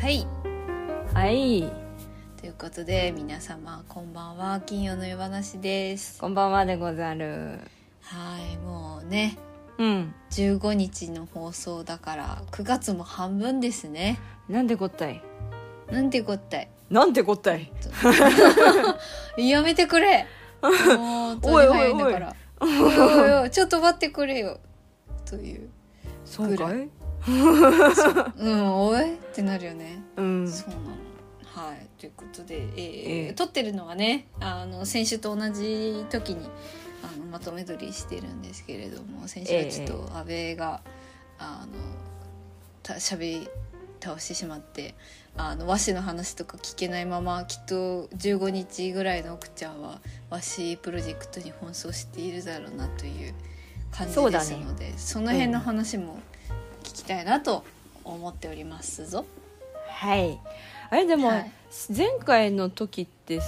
はいはい、 ということで皆様こんばんは。金曜の夜話です。 こんばんはでござる。 はい、もうね 15 日の放送だから9月も半分ですね。 なんでごったいなんてこったいなんてごったいやめてくれもう当に早いんだからおいおいちょっと待ってくれよというそうかいおいってなるよね。そうなの。はいということで、撮ってるのはね先週と同じ時にまとめ撮りしてるんですけれども、先週はちょっと安倍が喋り倒してしまって和紙の話とか聞けないまま、きっと15日ぐらいの奥ちゃんは和紙プロジェクトに奔走しているだろうなという感じですので、 その辺の話も聞きたいなと思っておりますぞ。 はい。あれでも、 はい、 前回の時って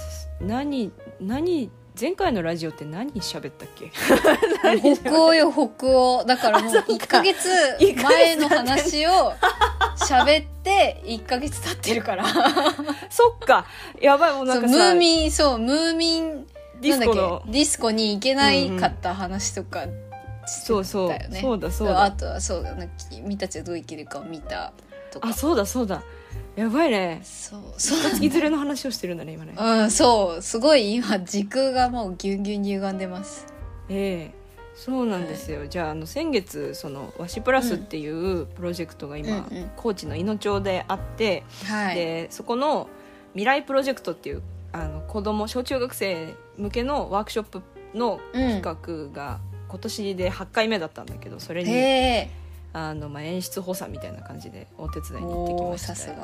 前回のラジオって何喋ったっけ北欧よ北欧だからもう1ヶ月前の話を喋って1ヶ月経ってるからそっか、やばい。もうなんかさ、 ムーミンディスコのディスコに行けないかった話とかしてたよね。 そうだ。 あとはそうだ、君たちはどう生きるかを見たとか。 あ、そうだ。やばいね。 そういずれの話をしてるんだね今ね。 そうすごい今時空がもうギュンギュンに歪んでます。 そうなんですよ。じゃあ先月その和紙プラスっていうプロジェクトが今、高知のいの町であって、でそこの未来プロジェクトっていう子供小中学生向けのワークショップの企画が今年で8回目だったんだけど、それに演出補佐みたいな感じでお手伝いに行ってきました。 さすが。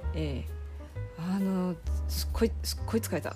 すっごい疲れた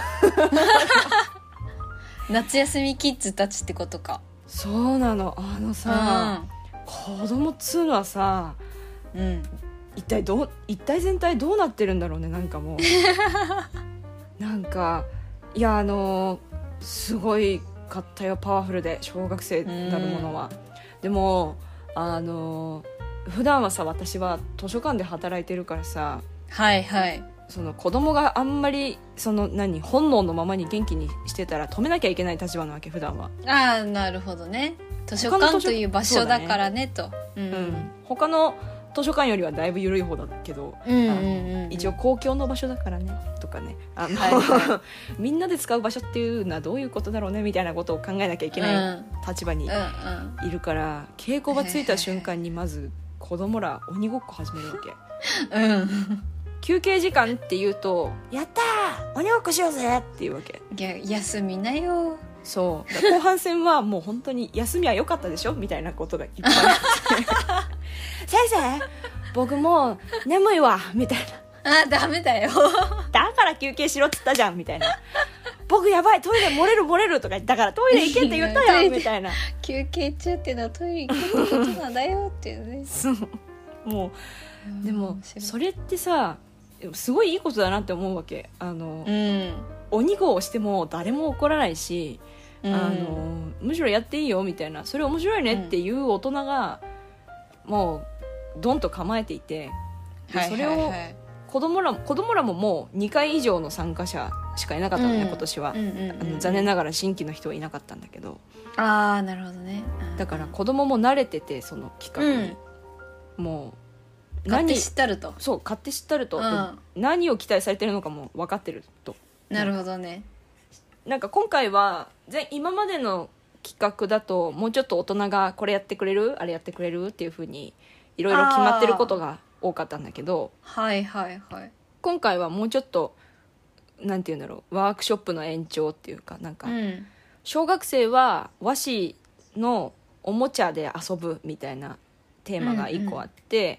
夏休みキッズたちってことか。 そうなの。子供っつうのはさ、一体全体どうなってるんだろうね。なんかもうなんかいやすごいかったよ。パワフルで小学生なるものは。でも普段はさ、私は図書館で働いてるからさ、その子供があんまり本能のままに元気にしてたら止めなきゃいけない立場なわけ、普段は。 なるほどね。図書館という場所だからねと。 他の図書館よりはだいぶ緩い方だけど、一応公共の場所だからねとかね、みんなで使う場所っていうのはどういうことだろうねみたいなことを考えなきゃいけない立場にいるから、稽古場ついた瞬間にまず子供ら鬼ごっこ始めるわけ。休憩時間って言うとやったー鬼ごっこしようぜっていうわけ。 休みなよ。 そう後半戦はもう本当に休みは良かったでしょみたいなことがいっぱいあって先生僕もう眠いわみたいな。 ダメだよだから休憩しろっつったじゃんみたいな。僕やばいトイレ漏れるとかだからトイレ行けって言ったよみたいな。 休憩中ってのはトイレ行くってことなんだよっていうね。 そうもうでもそれってさすごいいいことだなって思うわけ。鬼ごをしても誰も怒らないし、むしろやっていいよみたいな、それ面白いねっていう大人がもうドンと構えていて、それを子供らももう2回以上の参加者しかいなかったのね、今年は。残念ながら新規の人はいなかったんだけど。 なるほどね。 だから子供も慣れてて、その企画に、もう勝手知ったると。 そう勝手知ったると、何を期待されてるのかも分かってると。 なるほどね。 なんか今回は今までの企画だともうちょっと大人がこれやってくれるあれやってくれるっていう風にいろいろ決まってることが多かったんだけど、今回はもうちょっとなんていうんだろう、ワークショップの延長っていうか、なんか、小学生は和紙のおもちゃで遊ぶみたいなテーマが1個あって、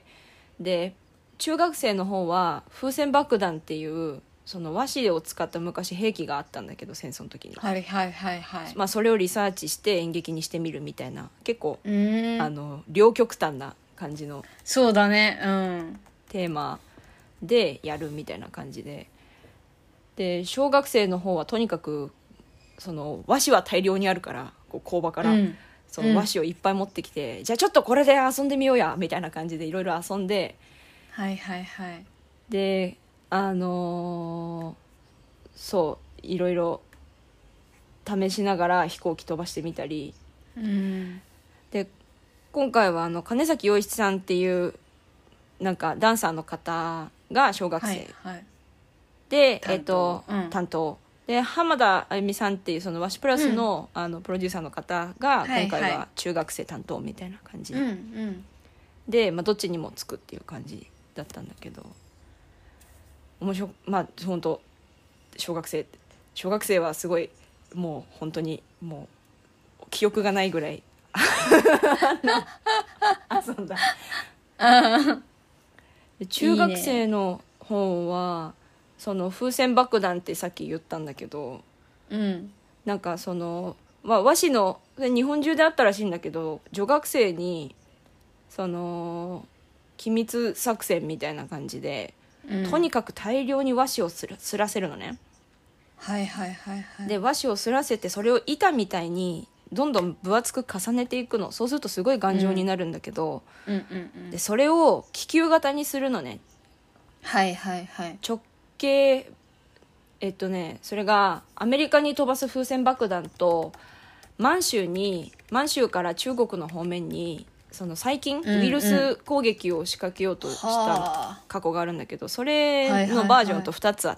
で中学生の方は風船爆弾っていうその和紙を使った昔兵器があったんだけど、戦争の時に、それをリサーチして演劇にしてみるみたいな、結構両極端な感じのそうだね、 テーマでやるみたいな感じで、小学生の方はとにかくその和紙は大量にあるから、こう工場からその和紙をいっぱい持ってきて、じゃあちょっとこれで遊んでみようやみたいな感じでいろいろ遊んで、 でそういろいろ試しながら飛行機飛ばしてみたり、 うん、 で今回は金崎陽一さんっていうなんかダンサーの方が小学生、 はいはい、 で担当で浜田あゆみさんっていうそのワシプラスの、プロデューサーの方が今回は中学生担当みたいな感じ、で、どっちにもつくっていう感じだったんだけど、面白本当小学生はすごいもう本当にもう記憶がないぐらい遊んだで中学生の方はその風船爆弾ってさっき言ったんだけど、なんかその、和紙の日本中であったらしいんだけど、女学生にその機密作戦みたいな感じで、とにかく大量に和紙をすらせるのね。で和紙をすらせてそれを板みたいにどんどん分厚く重ねていくの。そうするとすごい頑丈になるんだけど、でそれを気球型にするのね。直径それがアメリカに飛ばす風船爆弾と満州から中国の方面にその細菌、ウイルス攻撃を仕掛けようとした過去があるんだけど、それのバージョンと2つあって、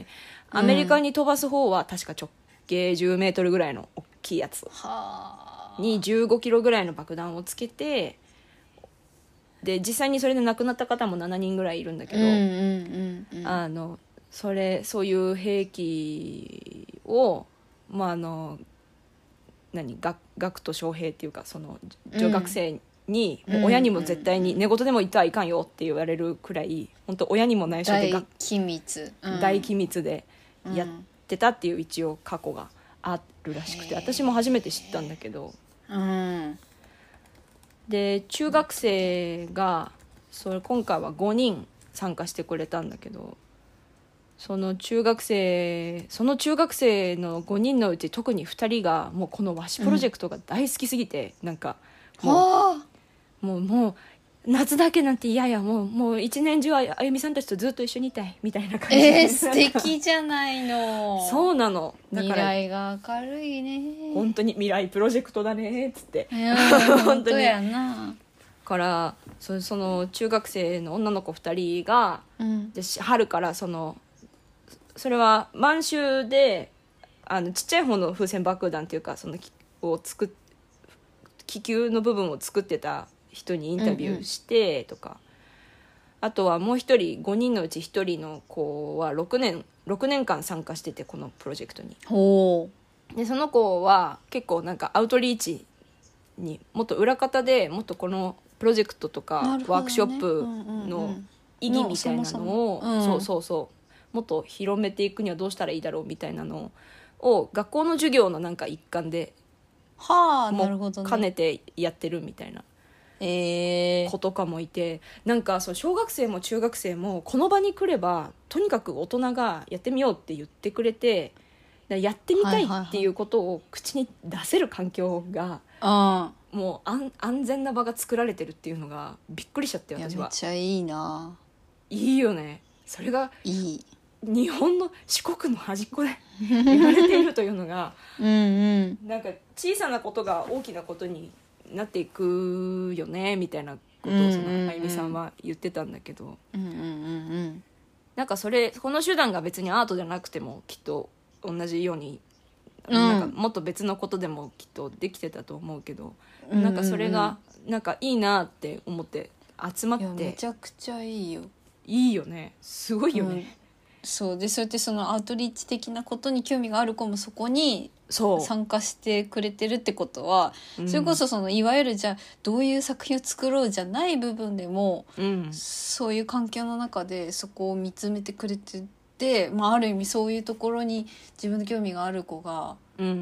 アメリカに飛ばす方は確か直径10メートルぐらいの大きいやつに15キロぐらいの爆弾をつけて、で実際にそれで亡くなった方も7人ぐらいいるんだけど、そういう兵器を学徒将兵っていうかその女学生に、もう親にも絶対に寝言でも言ってはいかんよって言われるくらい本当親にも内緒で大機密、 大機密でやってたっていう一応過去があるらしくて、私も初めて知ったんだけど、で中学生が今回は5人参加してくれたんだけど、その中学生の5人のうち特に2人がもうこの和紙プロジェクトが大好きすぎて、なんかもう夏だけなんて嫌や、もう一年中あゆみさんたちとずっと一緒にいたいみたいな感じで、 素敵じゃないのそうなの。 だから未来が明るいね、 本当に未来プロジェクトだねっつって本当やな。 からその中学生の女の子2人が、春からそれは満州でちっちゃい方の風船爆弾っていうかその気球の部分を作ってた人にインタビューしてとか、あとはもう一人5人のうち1人の子は6年間参加しててこのプロジェクトに。でその子は結構なんかアウトリーチにもっと裏方でもっとこのプロジェクトとかワークショップの意義みたいなのをもっと広めていくにはどうしたらいいだろうみたいなのを学校の授業のなんか一環でもう兼ねてやってるみたいな子とかもいて、なんか小学生も中学生もこの場に来ればとにかく大人がやってみようって言ってくれて、やってみたいっていうことを口に出せる環境が、もう安全な場が作られてるっていうのがびっくりしちゃって私は。 めっちゃいいな。 いいよね。それがいい日本の四国の端っこで言われているというのがなんか小さなことが大きなことになっていくよねみたいなことをあゆみさんは言ってたんだけど、なんかこの手段が別にアートじゃなくてもきっと同じように、なんかもっと別のことでもきっとできてたと思うけど、なんかそれがなんかいいなって思って集まって、 めちゃくちゃいいよ。 いいよね。すごいよね。 そうで、そうやってそのアウトリーチ的なことに興味がある子もそこに参加してくれてるってことは、それこそいわゆるじゃあどういう作品を作ろうじゃない部分でも、そういう環境の中でそこを見つめてくれてて、ある意味そういうところに自分の興味がある子が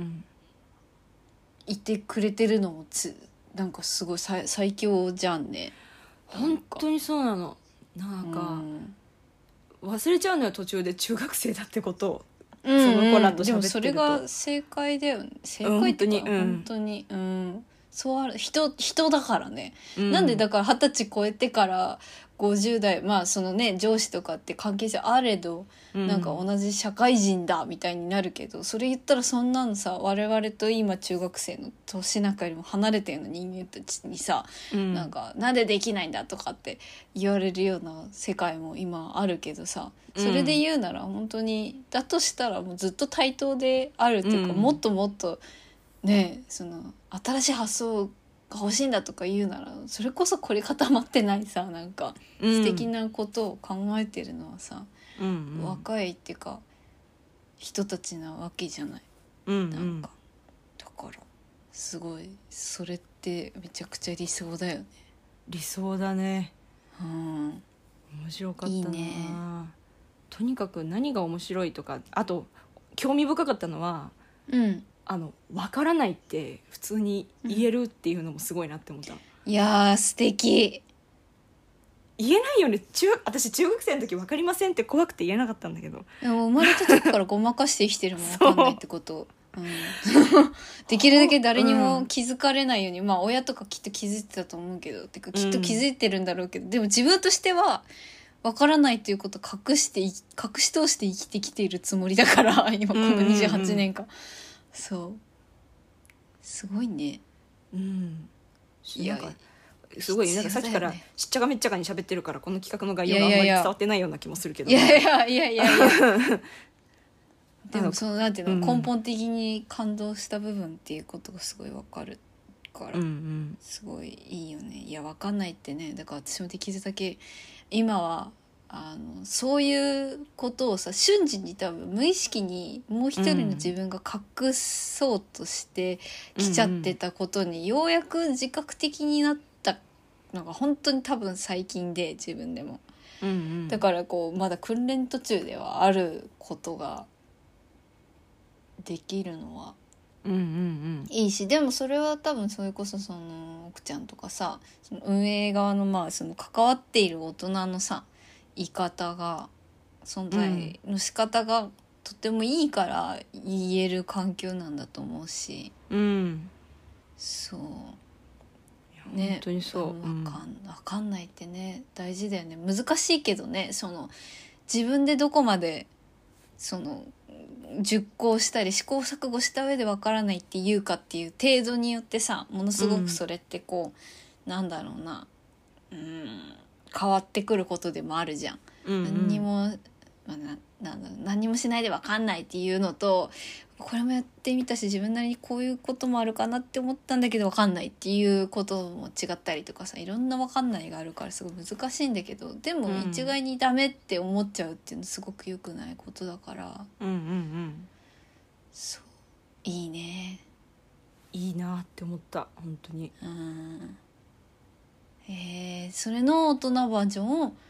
いてくれてるのもなんかすごい最強じゃんね。 本当にそうなの。なんか、忘れちゃうのよ途中で中学生だってことを、その子らと喋ってると。 でもそれが正解だよね。正解っていうか、本当にそうある人だからね、 うんなんでだから20歳超えてから50代まあそのね上司とかって関係性あれど、なんか同じ社会人だみたいになるけど、それ言ったらそんなのさ、我々と今中学生の年中よりも離れてるの人間たちにさ、なんかなんでできないんだとかって言われるような世界も今あるけどさ、それで言うなら本当にだとしたらもうずっと対等であるっていうか、もっともっとね、その新しい発想が欲しいんだとか言うなら、それこそ凝り固まってないさ、なんか素敵なことを考えてるのはさ、若いっていうか人たちなわけじゃない、なんかだからすごいそれってめちゃくちゃ理想だよね。 理想だね。 面白かったな。 いいね。 とにかく何が面白いとか、あと興味深かったのは、分からないって普通に言えるっていうのもすごいなって思った、 いやー素敵。 言えないよね。私中学生の時分かりませんって怖くて言えなかったんだけど、 でも生まれた時からごまかして生きてるもん分かんないってことできるだけ誰にも気づかれないように、まあ親とかきっと気づいてたと思うけど、てかきっと気づいてるんだろうけど、でも自分としては分からないっていうことを隠し通して生きてきているつもりだから今この28年間、そうすごいね。 いやすごいなんかさっきからしっちゃかめっちゃかに喋ってるから、この企画の概要があんまり伝わってないような気もするけど、いやでもそのなんていうの、根本的に感動した部分っていうことがすごい分かるから、すごいいいよね。いや分かんないってね、だから私もできるだけ今はそういうことをさ、瞬時に多分無意識にもう一人の自分が隠そうとしてきちゃってたことにようやく自覚的になったのが本当に多分最近で、自分でも、だからこうまだ訓練途中ではあることができるのはいいし、でもそれは多分それこそその奥ちゃんとかさ、その運営側のまあその関わっている大人のさ言い方が、存在の仕方がとてもいいから言える環境なんだと思うし、そうね、 本当にそう、 分かんないってね大事だよね。難しいけどね、その自分でどこまでその熟考したり試行錯誤した上で分からないっていうかっていう程度によってさ、ものすごくそれってこう、なんだろうな、変わってくることでもあるじゃん。何にも、何にもしないで分かんないっていうのと、これもやってみたし自分なりにこういうこともあるかなって思ったんだけど分かんないっていうことも違ったりとかさ、いろんな分かんないがあるからすごい難しいんだけど、でも一概にダメって思っちゃうっていうのすごく良くないことだから、そういいね、 いいなって思った本当に。 それの大人バージョンを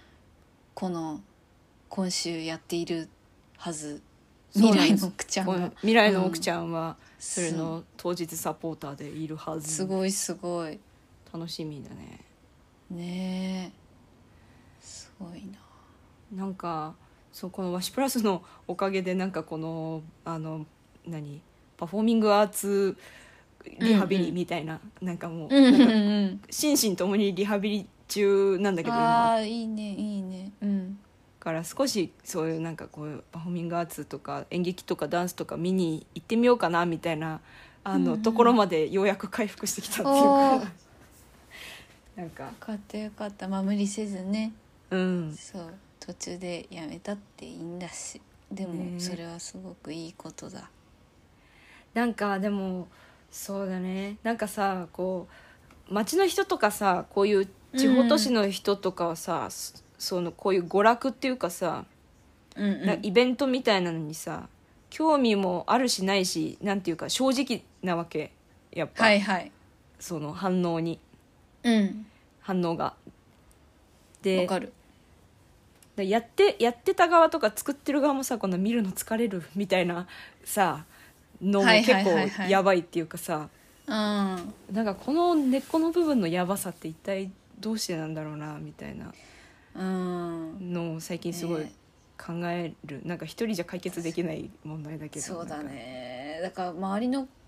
今週やっているはず。未来の奥ちゃんが、 未来の奥ちゃんはそれの当日サポーターでいるはず。 すごいすごい楽しみだね。 ねえすごいな。 なんかそうこのワシプラスのおかげでなんかこのパフォーミングアーツリハビリみたいな、なんかもう、なんか心身ともにリハビリ中なんだけど今いいねいいね、 から少しそういうなんかこうパフォーミングアーツとか演劇とかダンスとか見に行ってみようかなみたいなところまでようやく回復してきたっていうかなんかよかったよかった。まあ無理せずね、そう途中でやめたっていいんだし、でもそれはすごくいいことだ。 なんかでもそうだね、なんかさこう街の人とかさ、こういう地方都市の人とかはさ、こういう娯楽っていうかさ、イベントみたいなのにさ興味もあるしないし、なんていうか正直なわけやっぱ、その反応に、反応がでわかる。 やってた側とか作ってる側もさ、この見るの疲れるみたいなさのも結構やばいっていうかさ、なんかこの根っこの部分のやばさって一体どうしてなんだろうなみたいなのを最近すごい考える、なんか一人じゃ解決できない問題だけど、 そうだね。だから周りの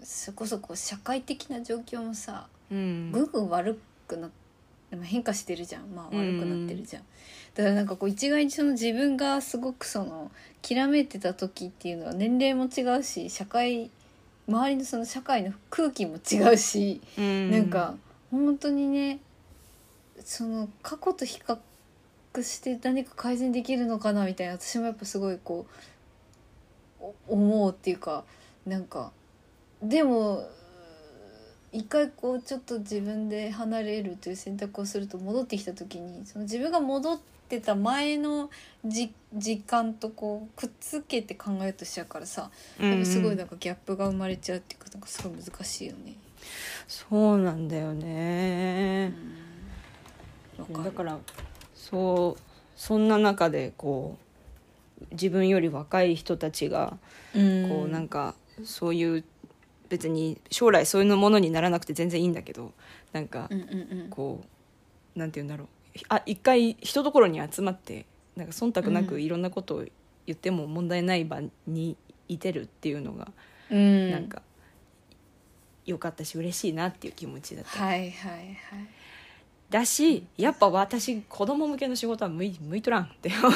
そこそこ社会的な状況もさ、 うん、 ぐんぐん悪くな変化してるじゃん、まあ、悪くなってるじゃん、だからなんかこう一概にその自分がすごくそのきらめいてた時っていうのは年齢も違うし、周りのその社会の空気も違うし、なんか本当にね、その過去と比較して何か改善できるのかなみたいな、私もやっぱすごいこう思うっていうか、なんかでも一回こうちょっと自分で離れるという選択をすると、戻ってきた時にその自分が戻ってた前の時間とこうくっつけて考えようとしちゃうからさ、やっぱすごいなんかギャップが生まれちゃうっていうか、なんかすごい難しいよね。 そうなんだよね、だからそんな中でこう自分より若い人たちがこうなんかそういう別に将来そういうものにならなくて全然いいんだけど、なんかこうなんて言うんだろう、一回一ところに集まってなんか忖度なくいろんなことを言っても問題ない場にいてるっていうのがなんか良かったし嬉しいなっていう気持ちだった。 はいはいはい。 だし、やっぱ私子供向けの仕事は向いとらんって思った。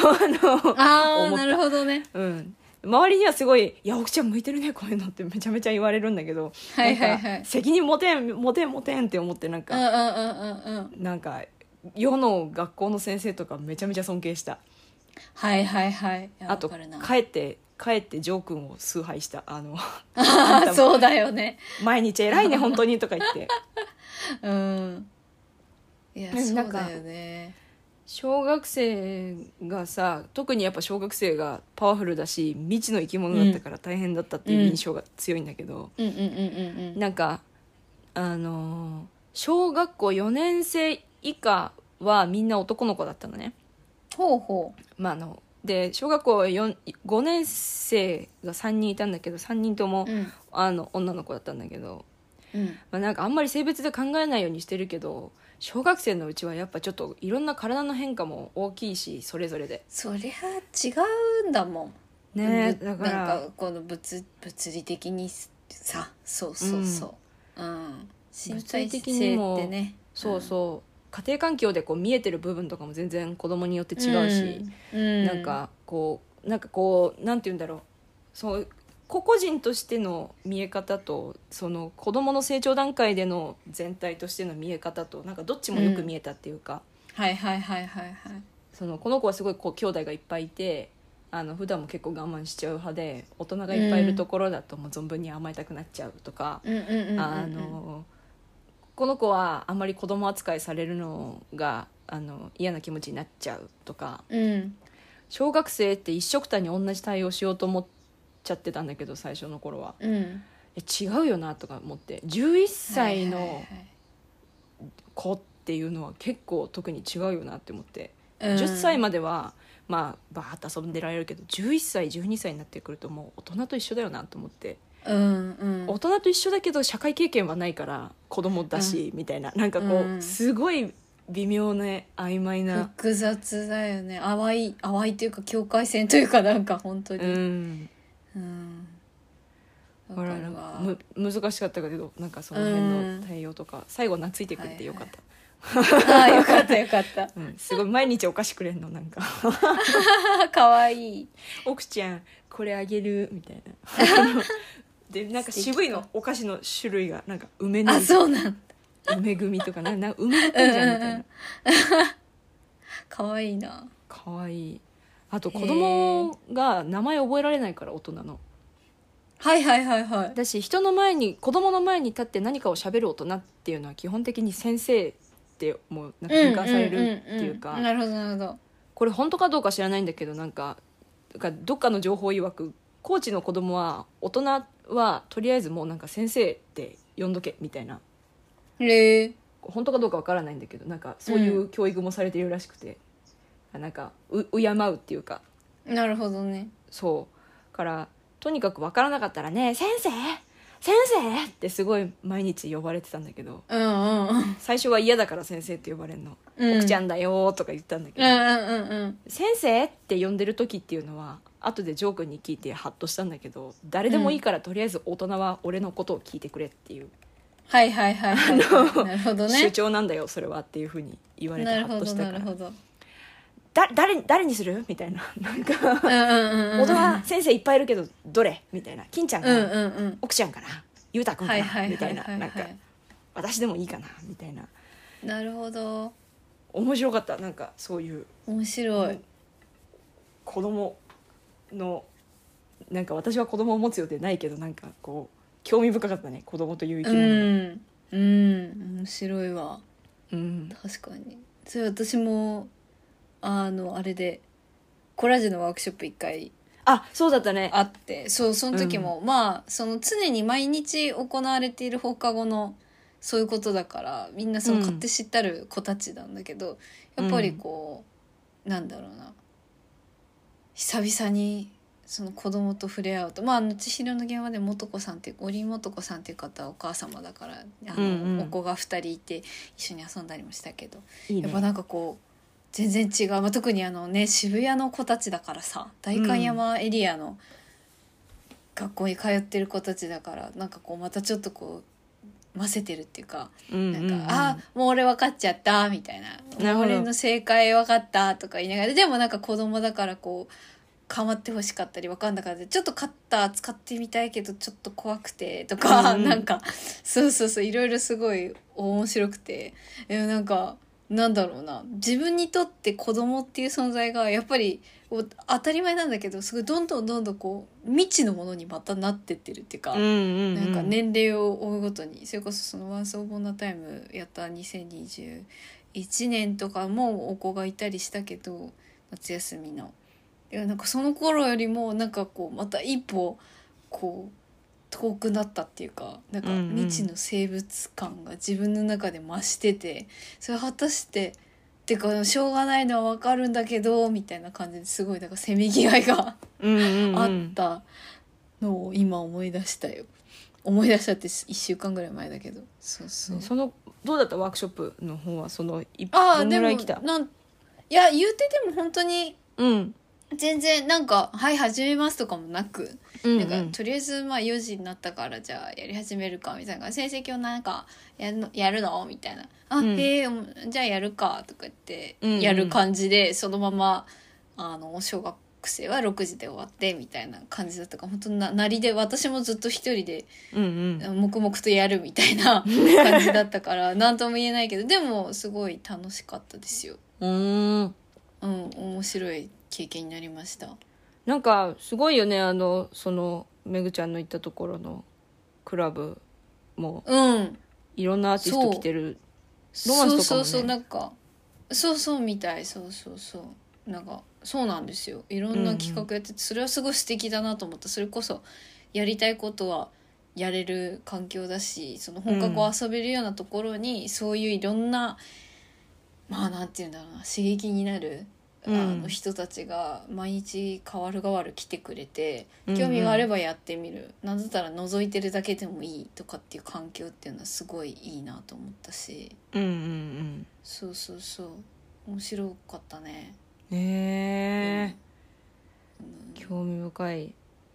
なるほどね。 うん。周りにはすごい「いや奥ちゃん向いてるねこういうの」ってめちゃめちゃ言われるんだけど、 はいはいはい、 責任持てんって思って、なんかなんか世の学校の先生とかめちゃめちゃ尊敬した。 はいはいはい。 あと帰ってジョー君を崇拝した。 そうだよね、 毎日偉いね本当にとか言っていやそうだよね。 小学生がさ、特にやっぱ小学生がパワフルだし未知の生き物だったから大変だったっていう印象が強いんだけど、なんか小学校4年生以下はみんな男の子だったのね。 ほうほう、で小学校5年生が3人いたんだけど、3人とも、女の子だったんだけど、なんかあんまり性別で考えないようにしてるけど、小学生のうちはやっぱちょっといろんな体の変化も大きいし、それぞれでそりゃ違うんだもんね。だからなんかこの物理的にさ、そう、物理的にも、ね、そう家庭環境でこう見えてる部分とかも全然子供によって違うし、なんかこうなんて言うんだろう、そう個々人としての見え方とその子供の成長段階での全体としての見え方となんかどっちもよく見えたっていうか、そのこの子はすごいこう兄弟がいっぱいいて普段も結構我慢しちゃう派で、大人がいっぱいいるところだともう存分に甘えたくなっちゃうとか、この子はあんまり子供扱いされるのが嫌な気持ちになっちゃうとか、小学生って一緒くたに同じ対応しようと思っちゃってたんだけど最初の頃は、違うよなとか思って、11歳の子っていうのは結構特に違うよなって思って、10歳まではバーッと遊んでられるけど、11歳12歳になってくるともう大人と一緒だよなと思って、大人と一緒だけど社会経験はないから子供だし、みたいな、なんかこう、すごい微妙な曖昧な複雑だよね。淡いというか境界線というか、なんか本当にだからなんか難しかったけど、なんかその辺の対応とか、最後懐いてくれてよかった、 よかったよかった、 すごい毎日お菓子くれんの、なんかかわいい、 奥ちゃんこれあげるみたいなでなんか渋いのお菓子の種類がなんか梅のそうなんだ、梅組とか梅だったんじゃんみたいなかわいいな。 かわいい。あと子供が名前覚えられないから、大人のだし、子供の前に立って何かを喋る大人っていうのは基本的に先生ってもうなんか変換されるっていうか、 なるほどなるほど。 これ本当かどうか知らないんだけど、なんかどっかの情報曰くコーチの子供は大人はとりあえずもうなんか先生って呼んどけみたいな、本当かどうかわからないんだけど、なんかそういう教育もされているらしくて、なんか敬うっていうか。 なるほどね。 そうからとにかく分からなかったらね、先生ってすごい毎日呼ばれてたんだけど、最初は嫌だから先生って呼ばれるの、奥ちゃんだよとか言ったんだけど、先生って呼んでる時っていうのは後でジョー君に聞いてハッとしたんだけど、誰でもいいからとりあえず大人は俺のことを聞いてくれっていう、 はいはいはいはい、なるほどね、 主張なんだよそれはっていうふうに言われてハッとしたから、 なるほど誰にするみたいな、なんか大人先生いっぱいいるけどどれみたいな、金ちゃんかな、奥ちゃんかな、ゆうたくんかなみたいな、なんか私でもいいかなみたいな。 なるほど、 面白かった。なんかそういう面白い子供の、なんか私は子供を持つ予定ないけど、なんかこう興味深かったね、子供という生き物が。 面白いわ、確かに。それ私もあれでコラージュのワークショップ1回そうだったね、 あって、その時も、まあその常に毎日行われている放課後のそういうことだから、みんなその勝手知ったる子たちなんだけど、やっぱりこう、なんだろうな、久々にその子供と触れ合うと、千尋の現場で素子さんっていう織素子さんっていう方はお母様だから、お子が2人いて一緒に遊んだりもしたけど、いいね、やっぱなんかこう全然違う、特に渋谷の子たちだからさ、代官山エリアの学校に通ってる子たちだから、なんかこうまたちょっとこう混ぜてるっていうか、なんかもう俺分かっちゃったみたいな、俺の正解分かったとか言いながら、でもなんか子供だからこうかまってほしかったり分かんなかったり、ちょっとカッター使ってみたいけどちょっと怖くてとか、なんかそういろいろすごい面白くて、なんかなんだろうな、自分にとって子供っていう存在がやっぱり当たり前なんだけど、すごいどんどんこう未知のものにまたなってってるっていうか、なんか年齢を追うごとに、それこそそのワンスオブナタイムやった2021年とかもお子がいたりしたけど、夏休みのなんかその頃よりもなんかこうまた一歩こう遠くなったっていうか、なんか未知の生物感が自分の中で増してて、それ果たしてってかしょうがないのは分かるんだけどみたいな感じですごいなんかせめぎ合いがあったのを今思い出したよ。思い出したって1週間ぐらい前だけど、 そのどうだったワークショップの方は、そのどんぐらい来た？ いや言うてでも本当に全然なんかはい始めますとかもなく、なんかとりあえず4時になったからじゃあやり始めるかみたいな、先生今日なんかやるのみたいな、へえじゃあやるかとか言ってやる感じで、そのまま小学生は6時で終わってみたいな感じだったから、本当なりで私もずっと一人で黙々とやるみたいな感じだったから何とも言えないけど、でもすごい楽しかったですよ。面白い経験になりました。 なんかすごいよね、そのめぐちゃんの行ったところのクラブも、いろんなアーティスト来てる。ロマンスとかもね、 そうなんかそうみたい、そうなんかそうなんですよ、いろんな企画やってて、それはすごい素敵だなと思った。それこそやりたいことはやれる環境だし、その放課後遊べるようなところに、そういういろんななんていうんだろうな、刺激になる人たちが毎日変わる変わる来てくれて、興味があればやってみる、なんだったら覗いてるだけでもいいとかっていう環境っていうのはすごいいいなと思ったし、そう面白かったね。 興味深い。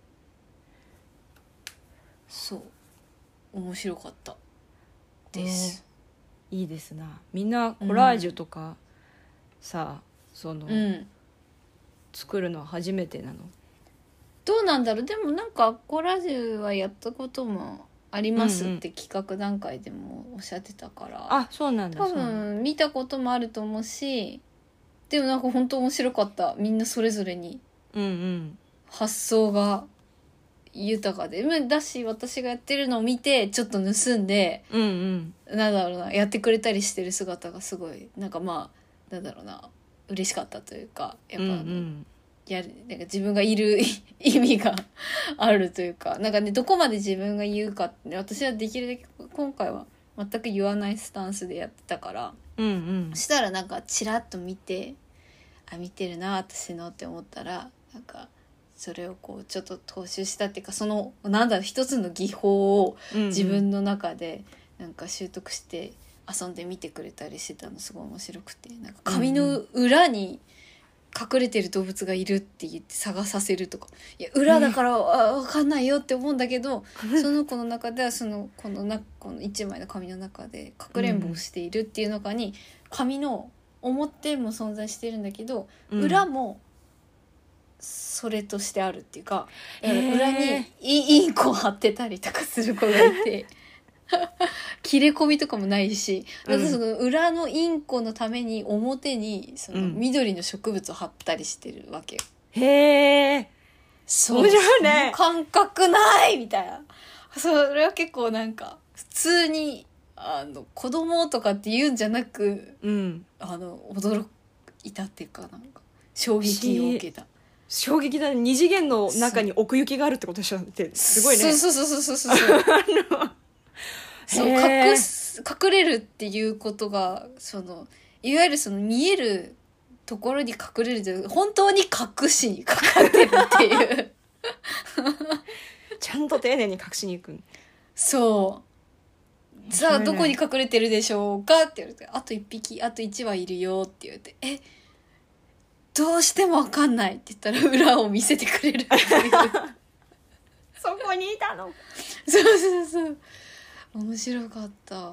そう面白かったです。 いいですな。みんなコラージュとかさ、その、作るのは初めてなの？ どうなんだろう。でもなんかコラージュはやったこともありますって企画段階でもおっしゃってたから、 そうなんだ。 多分見たこともあると思うし、でもなんか本当面白かった。みんなそれぞれに発想が豊かで、だし私がやってるのを見てちょっと盗んで、なんだろうな、やってくれたりしてる姿がすごいなんかなんだろうな、嬉しかったというか、やっぱ、なんか自分がいる意味があるというか、なんかね、どこまで自分が言うかって、私はできるだけ今回は全く言わないスタンスでやってたから、そしたらなんかチラッと見て、見てるな私のって思ったら、なんかそれをこうちょっと踏襲したっていうか、そのなんだろう、一つの技法を自分の中でなんか習得して遊んでみてくれたりしてたのすごい面白くて、なんか紙の裏に隠れてる動物がいるって言って探させるとか、いや裏だから分かんないよって思うんだけど、その子の中ではこの一枚の紙の中でかくれんぼをしているっていう中に、紙の表も存在してるんだけど、裏もそれとしてあるっていうか、だから裏にインコを貼ってたりとかする子がいて切れ込みとかもないし、だってその裏のインコのために表にその緑の植物を貼ったりしてるわけよ。 へえ、 そう面白いね。 感覚ないみたいな。それは結構なんか普通に子供とかって言うんじゃなく、驚いたっていうか、なんか衝撃を受けた。 衝撃だね。二次元の中に奥行きがあるってことでしょってすごいね。 そうそう隠れるっていうことがいわゆるその見えるところに隠れるじゃなくて、本当に隠しにかかってるっていうちゃんと丁寧に隠しに行く。 そうさあどこに隠れてるでしょうかって言われて、あと1匹あと1羽いるよって言われて、どうしても分かんないって言ったら裏を見せてくれるっていうそこにいたの。 そう面白かった。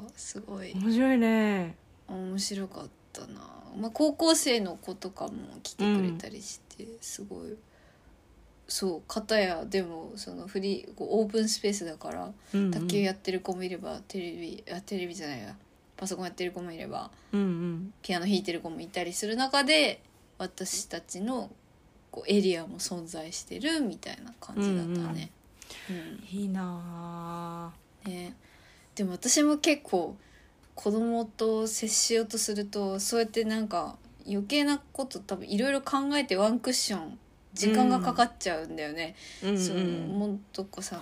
すごい面白いね。 面白かったな。高校生の子とかも来てくれたりして、すごいそう片やでもそのオープンスペースだから、卓球やってる子もいればテレビじゃないやパソコンやってる子もいれば、ピアノ弾いてる子もいたりする中で、私たちのエリアも存在してるみたいな感じだったね。 いいなね。でも私も結構子供と接しようとすると、そうやってなんか余計なこと多分いろいろ考えてワンクッション時間がかかっちゃうんだよね。そのもとこさん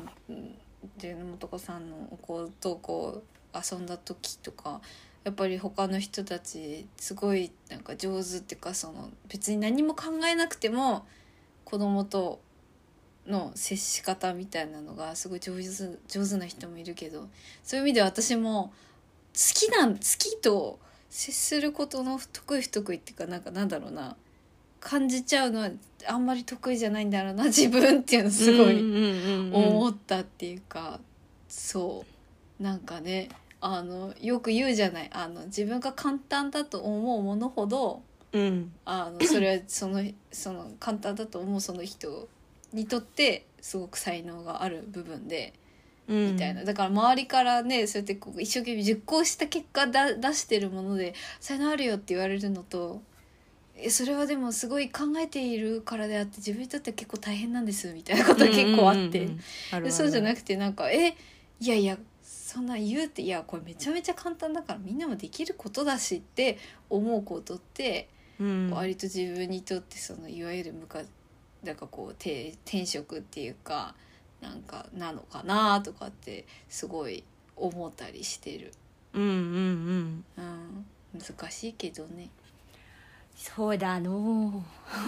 の子と遊んだ時とか、やっぱり他の人たちすごいなんか上手っていうか、別に何も考えなくても子供との接し方みたいなのがすごい上手な人もいるけど、そういう意味では私も好きと接することの得意不得意っていうか、なんだろうな、感じちゃうのはあんまり得意じゃないんだろうな自分っていうのすごい思ったっていうか、そうなんかね、よく言うじゃない、自分が簡単だと思うものほど、それはその簡単だと思うその人にとってすごく才能がある部分で、みたいな。だから周りからね、そうやって一生懸命熟考した結果出してるもので才能あるよって言われるのと、それはでもすごい考えているからであって自分にとって結構大変なんですみたいなことが結構あって、そうじゃなくてなんかいやそんな言うって、いやこれめちゃめちゃ簡単だからみんなもできることだしって思うことって、割と自分にとっていわゆるなんか転職っていうかなんかなのかなとかってすごい思ったりしてる。難しいけどね。 そうだの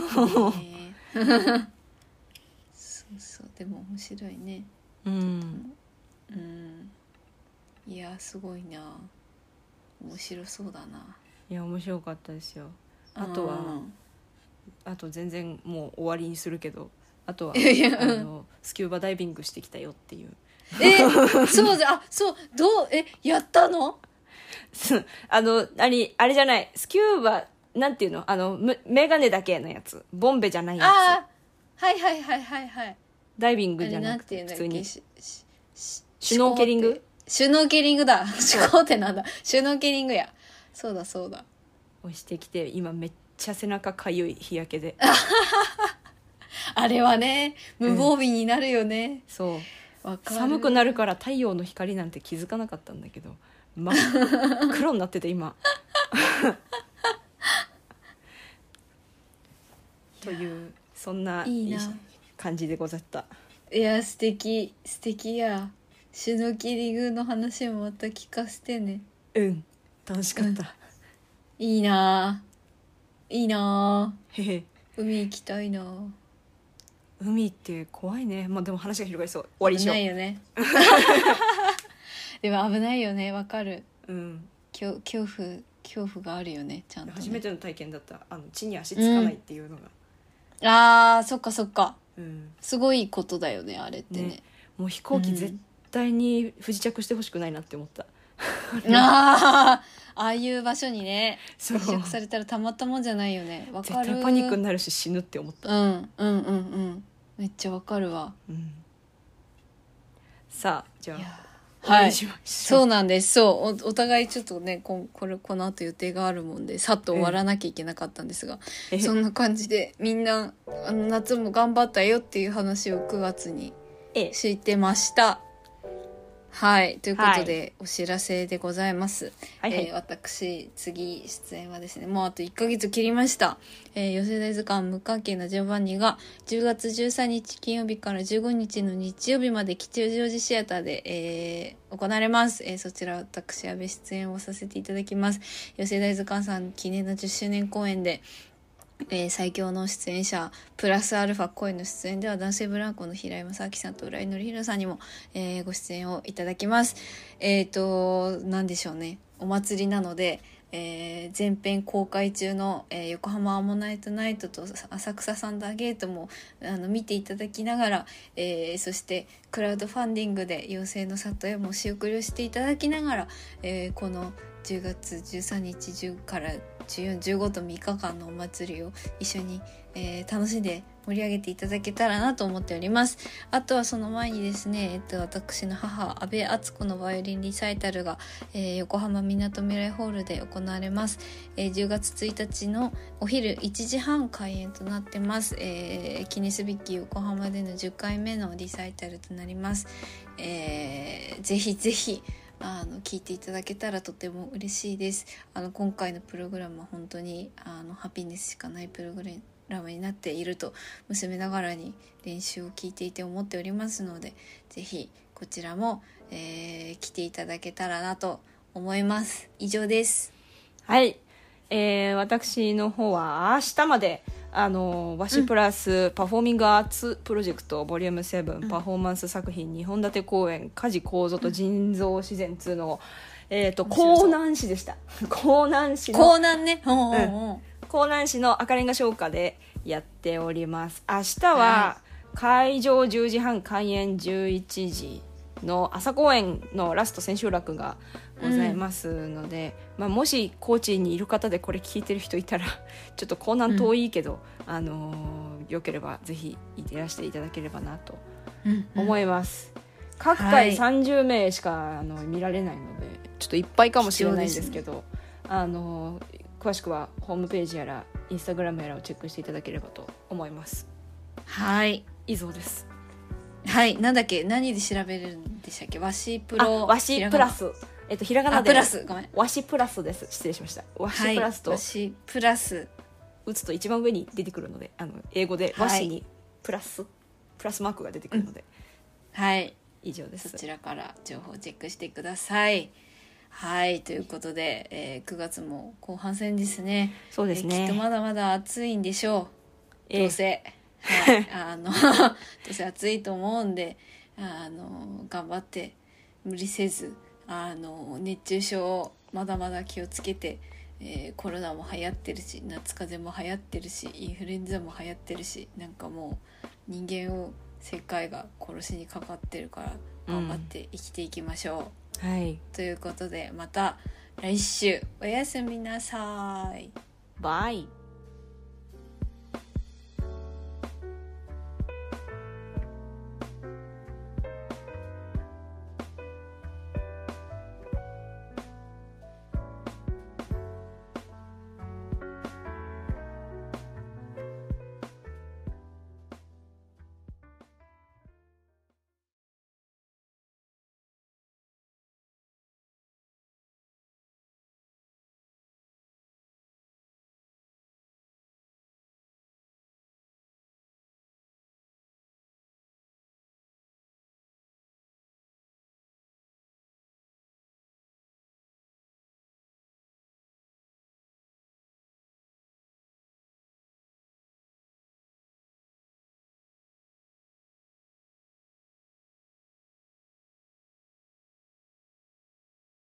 そうでも面白いね。いやすごいな、面白そうだな。 いや面白かったですよ。あと全然もう終わりにするけど、あとはスキューバダイビングしてきたよっていう。 やったの？ あれじゃない、スキューバなんていうの、メガネだけのやつ、ボンベじゃないやつ。 はい。 ダイビングじゃなくて普通にシュノーケリングだ。シュコーってなんだ。シュノーケリングや。そうだをしてきて、今めっちゃ背中かゆい、日焼けであれはね無防備になるよね。 そう寒くなるから太陽の光なんて気づかなかったんだけど、真っ黒になってて今というそんないい感じでござった。 いや素敵や。シュノーケリングの話もまた聞かせてね。 楽しかった、 いいな海行きたいな。 海って怖いね。でも話が広がりそう。終わりにしよう。 危ないよねでも危ないよね、わかる。恐怖恐怖があるよねちゃんとね。 初めての体験だった。地に足つかないっていうのが、 あーそっかそっか、 うん、 すごいことだよねあれってね。 もう飛行機絶対に不時着してほしくないなって思った、 ああいう場所にねそう不時着されたらたまったもんじゃないよね。わかる。 絶対パニックになるし死ぬって思った。 めっちゃわかるわ、 さあじゃあはい、そうなんです。そう お互いちょっとねこの後予定があるもんでさっと終わらなきゃいけなかったんですが、そんな感じでみんな夏も頑張ったよっていう話を9月にしてました。はいということで、お知らせでございます、私次出演はですねもうあと1ヶ月切りました、寄せ大図鑑無関係なジョバンニが10月13日金曜日から15日の日曜日まで吉祥寺シアターで、行われます、そちら私阿部出演をさせていただきます。寄せ大図鑑さん記念の10周年公演で最強の出演者プラスアルファ声の出演では男性ブランコの平井正明さんと浦井典弘さんにも、ご出演をいただきます。なんでしょうねお祭りなので、前編公開中の、横浜アンモナイトナイトと浅草サンダーゲートも見ていただきながら、そしてクラウドファンディングで妖精の里へも仕送りをしていただきながら、この10月13日10から14、15と3日間のお祭りを一緒に、楽しんで盛り上げていただけたらなと思っております。あとはその前にですね、私の母阿部敦子のバイオリンリサイタルが、横浜みなとみらいホールで行われます。10月1日のお昼1時半開演となってます。記念すべき横浜での10回目のリサイタルとなります。ぜひぜひ聞いていただけたらとても嬉しいです。今回のプログラムは本当にハピネスしかないプログラムになっていると娘ながらに練習を聞いていて思っておりますので、ぜひこちらも、来ていただけたらなと思います。以上です。 はい、私の方は明日まで和紙プラスパフォーミングアーツプロジェクトボリューム7、パフォーマンス作品2本立て公演家事構造と人造自然2の、江南市でした。江南市の江南ね、 江南市の赤レンガ商家でやっております。明日は会場10時半開演11時の朝公演のラスト千秋楽がございますので、もし高知にいる方でこれ聞いてる人いたらちょっと江南遠いけど、よければぜひいらしていただければなと思います。各回30名しか見られないのでちょっといっぱいかもしれないんですけど、詳しくはホームページやらインスタグラムやらをチェックしていただければと思います。 はい、 以上です。 はい、なんだっけ、何で調べるんでしたっけ。和紙プロ、 和紙プラス、ひらがなでプラス、ごめん、 和紙プラスです。失礼しました。和紙プラスと、 和紙プラス打つと一番上に出てくるので、英語で和紙にプラスマークが出てくるので、 はい、 以上です。 そちらから情報をチェックしてください。はい、ということで、9月も後半戦ですね。 そうですね、 きっとまだまだ暑いんでしょう、どうせ、はい、どうせ暑いと思うんで頑張って無理せず熱中症まだまだ気をつけて、コロナも流行ってるし夏風邪も流行ってるしインフルエンザも流行ってるし、なんかもう人間を世界が殺しにかかってるから頑張って生きていきましょう、 はい、 ということでまた来週おやすみなさい。 バイ。